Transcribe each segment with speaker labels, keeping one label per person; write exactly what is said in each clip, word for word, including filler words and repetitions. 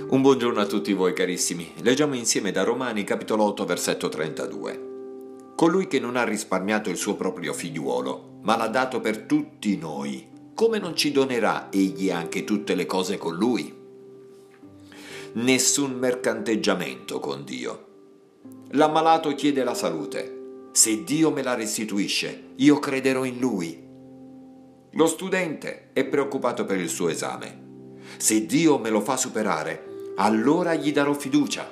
Speaker 1: Un buongiorno a tutti voi carissimi. Leggiamo insieme da Romani capitolo otto versetto trentadue. Colui che non ha risparmiato il suo proprio figliuolo, ma l'ha dato per tutti noi, come non ci donerà egli anche tutte le cose con lui? Nessun mercanteggiamento con Dio. L'ammalato chiede la salute. Se Dio me la restituisce, io crederò in Lui. Lo studente è preoccupato per il suo esame. Se Dio me lo fa superare, allora gli darò fiducia.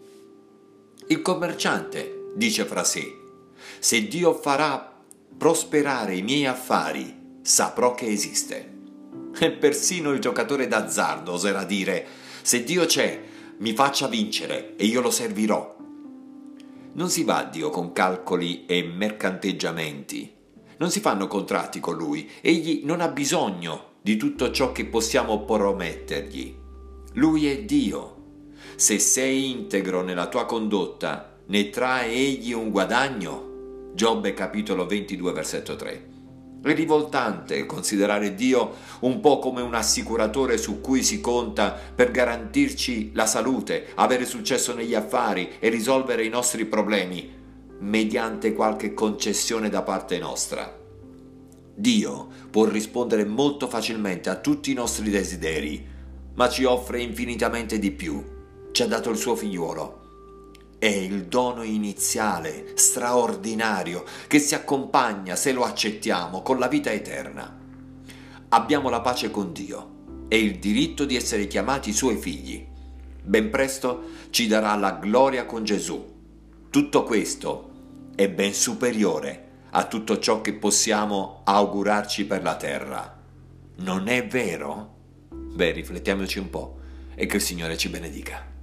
Speaker 1: Il commerciante dice fra sé: se Dio farà prosperare i miei affari, saprò che esiste. E persino il giocatore d'azzardo oserà dire: se Dio c'è, mi faccia vincere e io lo servirò. Non si va a Dio con calcoli e mercanteggiamenti. Non si fanno contratti con Lui. Egli non ha bisogno di tutto ciò che possiamo promettergli. Lui è Dio. Se sei integro nella tua condotta, ne trae egli un guadagno. Giobbe capitolo ventidue versetto tre. È rivoltante considerare Dio un po' come un assicuratore su cui si conta per garantirci la salute, avere successo negli affari e risolvere i nostri problemi mediante qualche concessione da parte nostra. Dio può rispondere molto facilmente a tutti i nostri desideri, ma ci offre infinitamente di più. Ci ha dato il suo figliuolo. È il dono iniziale, straordinario, che si accompagna, se lo accettiamo, con la vita eterna. Abbiamo la pace con Dio e il diritto di essere chiamati suoi figli. Ben presto ci darà la gloria con Gesù. Tutto questo è ben superiore a tutto ciò che possiamo augurarci per la terra. Non è vero? Beh, riflettiamoci un po' e che il Signore ci benedica.